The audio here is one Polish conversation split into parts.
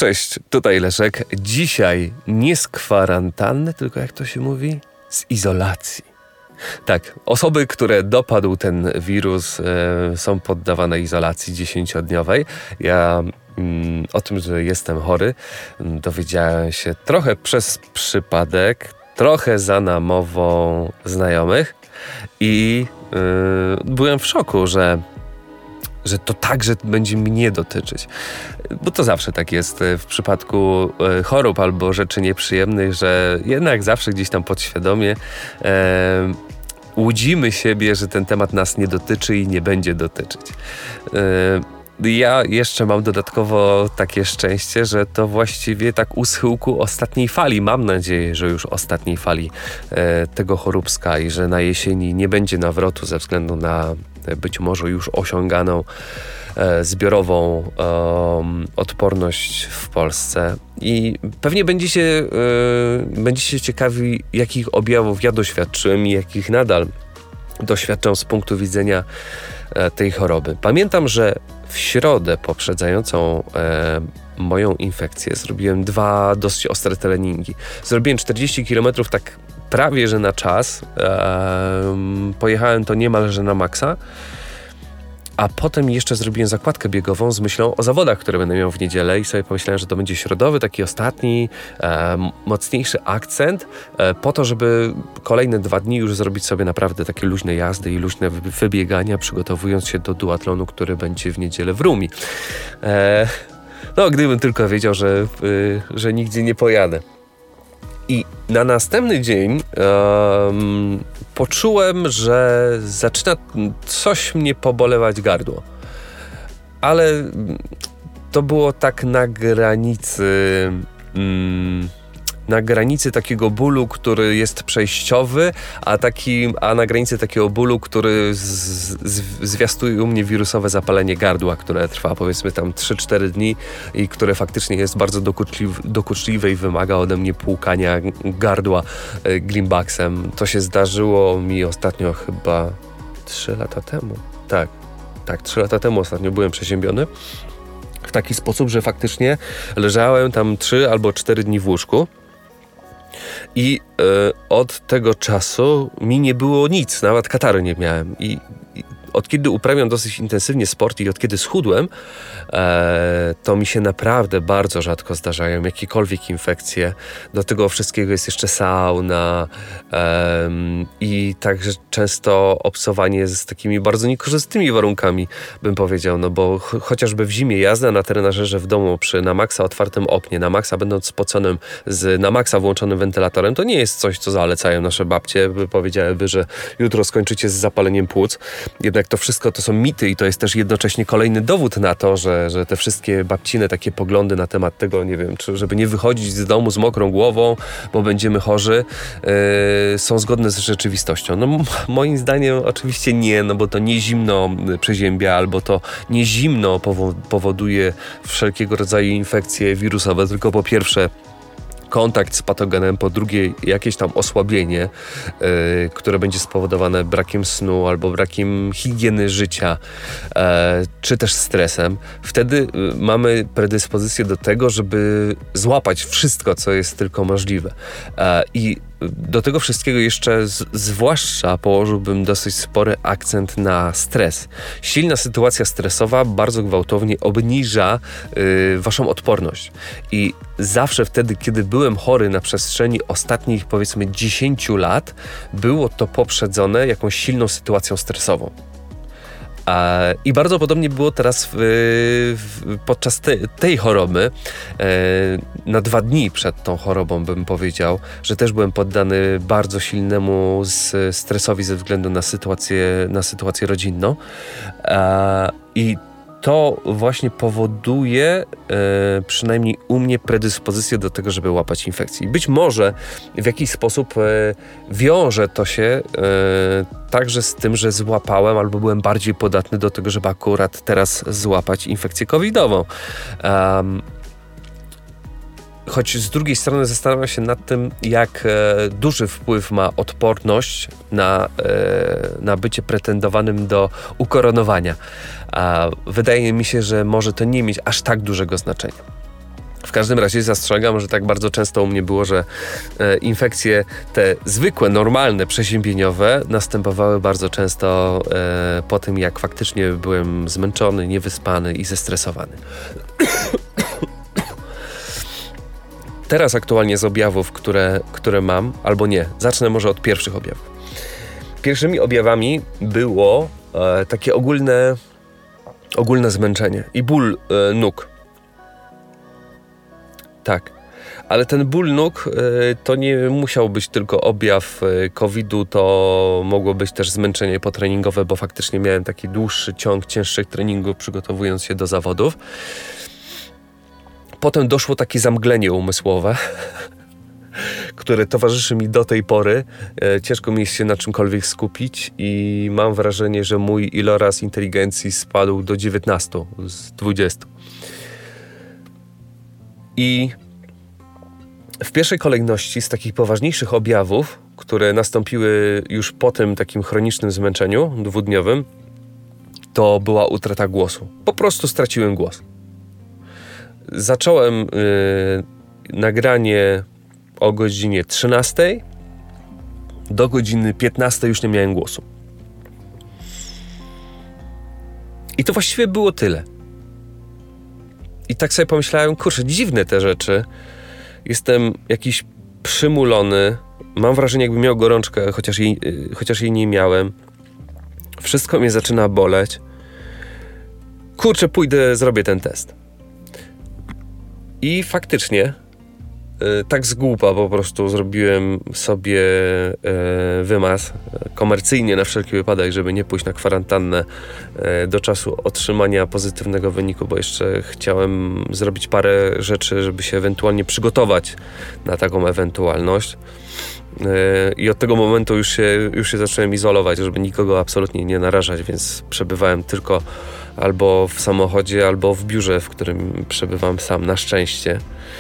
Cześć, tutaj Leszek. Dzisiaj nie z kwarantanny, tylko jak to się mówi? Z izolacji. Tak, osoby, które dopadł ten wirus, są poddawane izolacji 10-dniowej. Ja o tym, że jestem chory, dowiedziałem się trochę przez przypadek, trochę za namową znajomych i byłem w szoku, że to także będzie mnie dotyczyć. Bo to zawsze tak jest w przypadku chorób albo rzeczy nieprzyjemnych, że jednak zawsze gdzieś tam podświadomie łudzimy siebie, że ten temat nas nie dotyczy i nie będzie dotyczyć. Ja jeszcze mam dodatkowo takie szczęście, że to właściwie tak u schyłku ostatniej fali, mam nadzieję, że już ostatniej fali tego choróbska i że na jesieni nie będzie nawrotu ze względu na być może już osiąganą zbiorową odporność w Polsce. I pewnie będziecie ciekawi, jakich objawów ja doświadczyłem i jakich nadal doświadczam z punktu widzenia tej choroby. Pamiętam, że w środę poprzedzającą moją infekcję zrobiłem 2 dosyć ostre treningi. Zrobiłem 40 km tak prawie że na czas. Pojechałem to niemalże na maksa. A potem jeszcze zrobiłem zakładkę biegową z myślą o zawodach, które będę miał w niedzielę i sobie pomyślałem, że to będzie środowy, taki ostatni, mocniejszy akcent po to, żeby kolejne 2 dni już zrobić sobie naprawdę takie luźne jazdy i luźne wybiegania, przygotowując się do duatlonu, który będzie w niedzielę w Rumi. Gdybym tylko wiedział, że nigdzie nie pojadę. I na następny dzień poczułem, że zaczyna coś mnie pobolewać gardło. Ale to było tak na granicy takiego bólu, który jest przejściowy, a na granicy takiego bólu, który zwiastuje u mnie wirusowe zapalenie gardła, które trwa powiedzmy tam 3-4 dni i które faktycznie jest bardzo dokuczliwe i wymaga ode mnie płukania gardła Glimbaxem. To się zdarzyło mi ostatnio chyba 3 lata temu. Tak, 3 lata temu ostatnio byłem przeziębiony. W taki sposób, że faktycznie leżałem tam 3 albo 4 dni w łóżku. I od tego czasu mi nie było nic, nawet kataru nie miałem. I od kiedy uprawiam dosyć intensywnie sport i od kiedy schudłem, to mi się naprawdę bardzo rzadko zdarzają jakiekolwiek infekcje. Do tego wszystkiego jest jeszcze sauna i także często obcowanie z takimi bardzo niekorzystnymi warunkami, bym powiedział, no bo chociażby w zimie jazda na trenażerze w domu na maksa otwartym oknie, na maksa będąc spoconym, na maksa włączonym wentylatorem, to nie jest coś, co zalecają nasze babcie. Powiedziałyby, że jutro skończycie z zapaleniem płuc. Jednak to wszystko to są mity i to jest też jednocześnie kolejny dowód na to, że te wszystkie babcine takie poglądy na temat tego, nie wiem, czy żeby nie wychodzić z domu z mokrą głową, bo będziemy chorzy, są zgodne z rzeczywistością. No moim zdaniem oczywiście nie, no bo to nie zimno przeziębia, albo to nie zimno powoduje wszelkiego rodzaju infekcje wirusowe, tylko po pierwsze kontakt z patogenem, po drugie jakieś tam osłabienie, które będzie spowodowane brakiem snu albo brakiem higieny życia, czy też stresem. Wtedy mamy predyspozycję do tego, żeby złapać wszystko, co jest tylko możliwe. I do tego wszystkiego jeszcze zwłaszcza położyłbym dosyć spory akcent na stres. Silna sytuacja stresowa bardzo gwałtownie obniża waszą odporność. I zawsze wtedy, kiedy byłem chory na przestrzeni ostatnich powiedzmy 10 lat, było to poprzedzone jakąś silną sytuacją stresową. I bardzo podobnie było teraz podczas tej choroby. Na 2 dni przed tą chorobą bym powiedział, że też byłem poddany bardzo silnemu stresowi ze względu na sytuację rodzinną. I to właśnie powoduje przynajmniej u mnie predyspozycję do tego, żeby łapać infekcję. Być może w jakiś sposób wiąże to się także z tym, że złapałem albo byłem bardziej podatny do tego, żeby akurat teraz złapać infekcję covidową. Choć z drugiej strony zastanawiam się nad tym, jak duży wpływ ma odporność na bycie pretendowanym do ukoronowania. Wydaje mi się, że może to nie mieć aż tak dużego znaczenia. W każdym razie zastrzegam, że tak bardzo często u mnie było, że infekcje te zwykłe, normalne, przeziębieniowe następowały bardzo często po tym, jak faktycznie byłem zmęczony, niewyspany i zestresowany. Teraz aktualnie z objawów, które mam, albo nie, zacznę może od pierwszych objawów. Pierwszymi objawami było takie ogólne zmęczenie i ból nóg. Tak, ale ten ból nóg to nie musiał być tylko objaw COVID-u, to mogło być też zmęczenie potreningowe, bo faktycznie miałem taki dłuższy ciąg cięższych treningów, przygotowując się do zawodów. Potem doszło takie zamglenie umysłowe, które towarzyszy mi do tej pory. Ciężko mi jest się na czymkolwiek skupić i mam wrażenie, że mój iloraz inteligencji spadł do 19 z 20. I w pierwszej kolejności z takich poważniejszych objawów, które nastąpiły już po tym takim chronicznym zmęczeniu dwudniowym, to była utrata głosu. Po prostu straciłem głos. Zacząłem nagranie o godzinie 13, do godziny 15 już nie miałem głosu. I to właściwie było tyle. I tak sobie pomyślałem, kurczę, dziwne te rzeczy. Jestem jakiś przymulony. Mam wrażenie, jakbym miał gorączkę, chociaż jej nie miałem. Wszystko mnie zaczyna boleć. Kurczę, pójdę, zrobię ten test. I faktycznie tak z głupa po prostu zrobiłem sobie wymaz komercyjnie na wszelki wypadek, żeby nie pójść na kwarantannę do czasu otrzymania pozytywnego wyniku, bo jeszcze chciałem zrobić parę rzeczy, żeby się ewentualnie przygotować na taką ewentualność. I od tego momentu już się zacząłem izolować, żeby nikogo absolutnie nie narażać, więc przebywałem tylko albo w samochodzie, albo w biurze, w którym przebywam sam, na szczęście.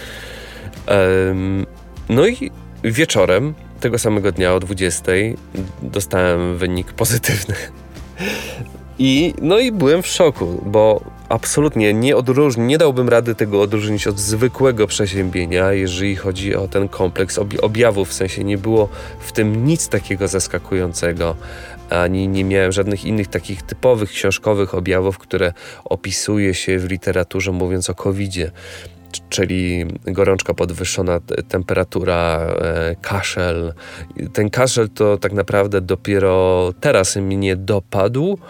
No i wieczorem tego samego dnia o 20 dostałem wynik pozytywny. I byłem w szoku, bo absolutnie nie dałbym rady tego odróżnić od zwykłego przeziębienia, jeżeli chodzi o ten kompleks objawów. W sensie nie było w tym nic takiego zaskakującego, ani nie miałem żadnych innych takich typowych książkowych objawów, które opisuje się w literaturze, mówiąc o COVID-zie. Czyli gorączka, podwyższona temperatura, kaszel. Ten kaszel to tak naprawdę dopiero teraz mnie dopadł.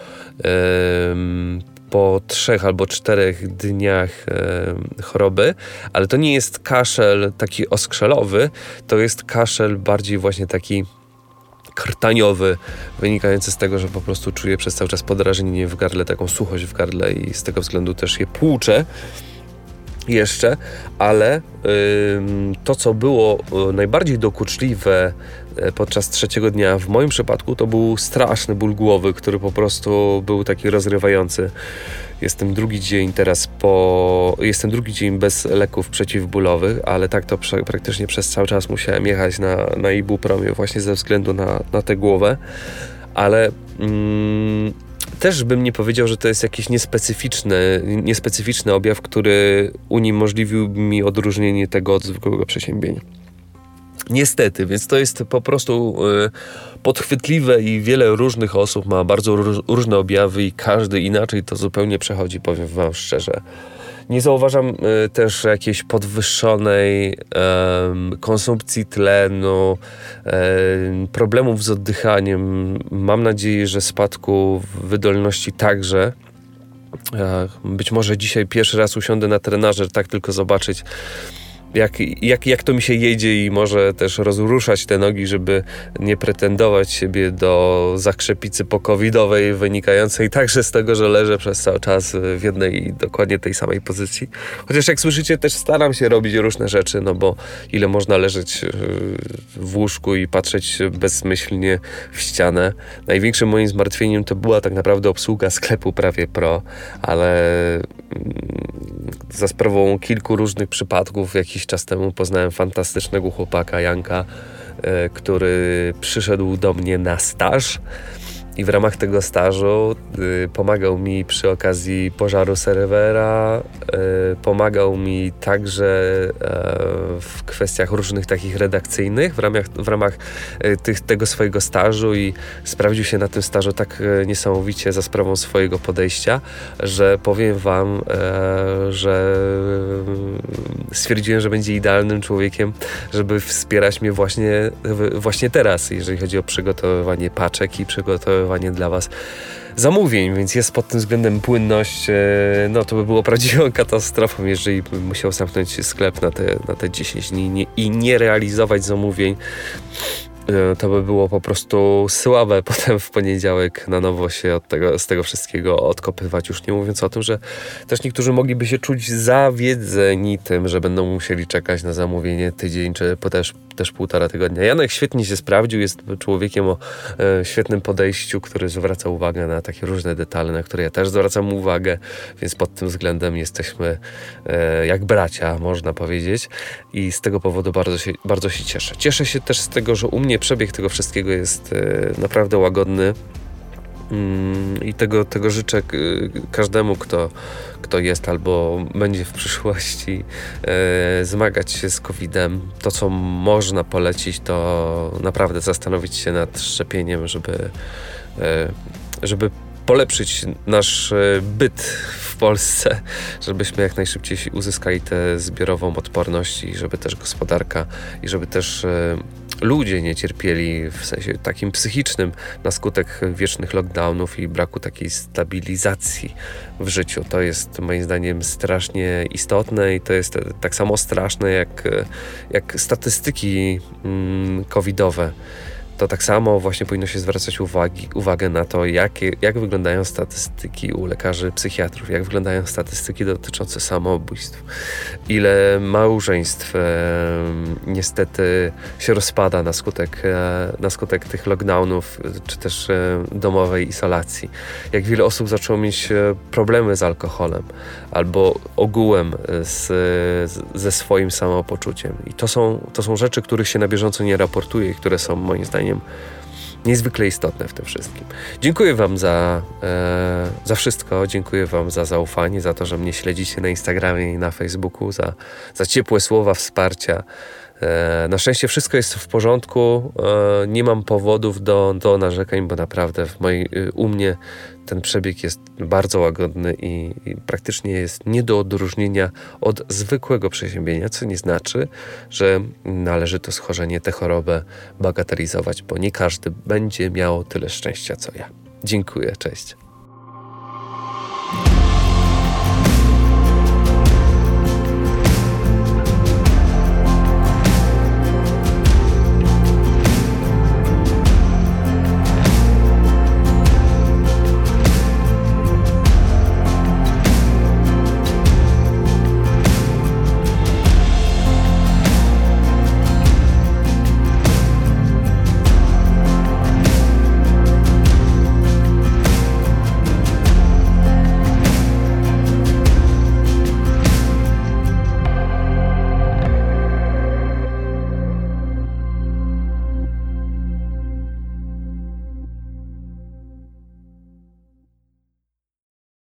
Po 3 albo 4 dniach choroby, ale to nie jest kaszel taki oskrzelowy, to jest kaszel bardziej właśnie taki krtaniowy, wynikający z tego, że po prostu czuję przez cały czas podrażnienie w gardle, taką suchość w gardle i z tego względu też je płuczę jeszcze, ale to, co było najbardziej dokuczliwe podczas 3 dnia w moim przypadku, to był straszny ból głowy, który po prostu był taki rozrywający. Jestem drugi dzień bez leków przeciwbólowych, ale tak to praktycznie przez cały czas musiałem jechać na ibupromie właśnie ze względu na tę głowę, ale też bym nie powiedział, że to jest jakiś niespecyficzny objaw, który uniemożliwił mi odróżnienie tego od zwykłego przeziębienia. Niestety, więc to jest po prostu podchwytliwe i wiele różnych osób ma bardzo różne objawy i każdy inaczej to zupełnie przechodzi, powiem wam szczerze. Nie zauważam też jakiejś podwyższonej konsumpcji tlenu, problemów z oddychaniem. Mam nadzieję, że spadku wydolności także. Być może dzisiaj pierwszy raz usiądę na trenażer, tak tylko zobaczyć, jak to mi się jedzie i może też rozruszać te nogi, żeby nie pretendować siebie do zakrzepicy pokowidowej wynikającej także z tego, że leżę przez cały czas w jednej i dokładnie tej samej pozycji. Chociaż jak słyszycie, też staram się robić różne rzeczy, no bo ile można leżeć w łóżku i patrzeć bezmyślnie w ścianę. Największym moim zmartwieniem to była tak naprawdę obsługa sklepu Prawie Pro, ale za sprawą kilku różnych przypadków jakiś czas temu poznałem fantastycznego chłopaka Janka, który przyszedł do mnie na staż I w ramach tego stażu pomagał mi przy okazji pożaru serwera, pomagał mi także w kwestiach różnych takich redakcyjnych w ramach tego swojego stażu i sprawdził się na tym stażu tak niesamowicie za sprawą swojego podejścia, że powiem wam, że stwierdziłem, że będzie idealnym człowiekiem, żeby wspierać mnie właśnie teraz, jeżeli chodzi o przygotowywanie paczek i przygotowywanie dla was zamówień, więc jest pod tym względem płynność. No to by było prawdziwą katastrofą, jeżeli bym musiał zamknąć sklep na te 10 dni i nie realizować zamówień. To by było po prostu słabe potem w poniedziałek na nowo się z tego wszystkiego odkopywać. Już nie mówiąc o tym, że też niektórzy mogliby się czuć zawiedzeni tym, że będą musieli czekać na zamówienie tydzień, czy też 1,5 tygodnia. Janek świetnie się sprawdził, jest człowiekiem o świetnym podejściu, który zwraca uwagę na takie różne detale, na które ja też zwracam uwagę, więc pod tym względem jesteśmy jak bracia, można powiedzieć, i z tego powodu bardzo się cieszę. Cieszę się też z tego, że u mnie przebieg tego wszystkiego jest naprawdę łagodny i tego życzę każdemu, kto jest albo będzie w przyszłości zmagać się z COVID-em. To, co można polecić, to naprawdę zastanowić się nad szczepieniem, żeby polepszyć nasz byt w Polsce, żebyśmy jak najszybciej uzyskali tę zbiorową odporność i żeby też gospodarka i żeby też ludzie nie cierpieli w sensie takim psychicznym na skutek wiecznych lockdownów i braku takiej stabilizacji w życiu. To jest moim zdaniem strasznie istotne i to jest tak samo straszne jak statystyki covidowe. To tak samo właśnie powinno się zwracać uwagę na to, jak wyglądają statystyki u lekarzy psychiatrów, jak wyglądają statystyki dotyczące samoobójstw, ile małżeństw niestety się rozpada na skutek tych lockdownów, czy też domowej izolacji, jak wiele osób zaczęło mieć problemy z alkoholem albo ogółem ze swoim samopoczuciem. I to są rzeczy, których się na bieżąco nie raportuje i które są moim zdaniem niezwykle istotne w tym wszystkim. Dziękuję wam za wszystko, dziękuję wam za zaufanie, za to, że mnie śledzicie na Instagramie i na Facebooku, za ciepłe słowa wsparcia. Na szczęście wszystko jest w porządku, nie mam powodów do narzekań, bo naprawdę u mnie ten przebieg jest bardzo łagodny i praktycznie jest nie do odróżnienia od zwykłego przeziębienia, co nie znaczy, że należy to schorzenie, tę chorobę bagatelizować, bo nie każdy będzie miał tyle szczęścia co ja. Dziękuję, cześć.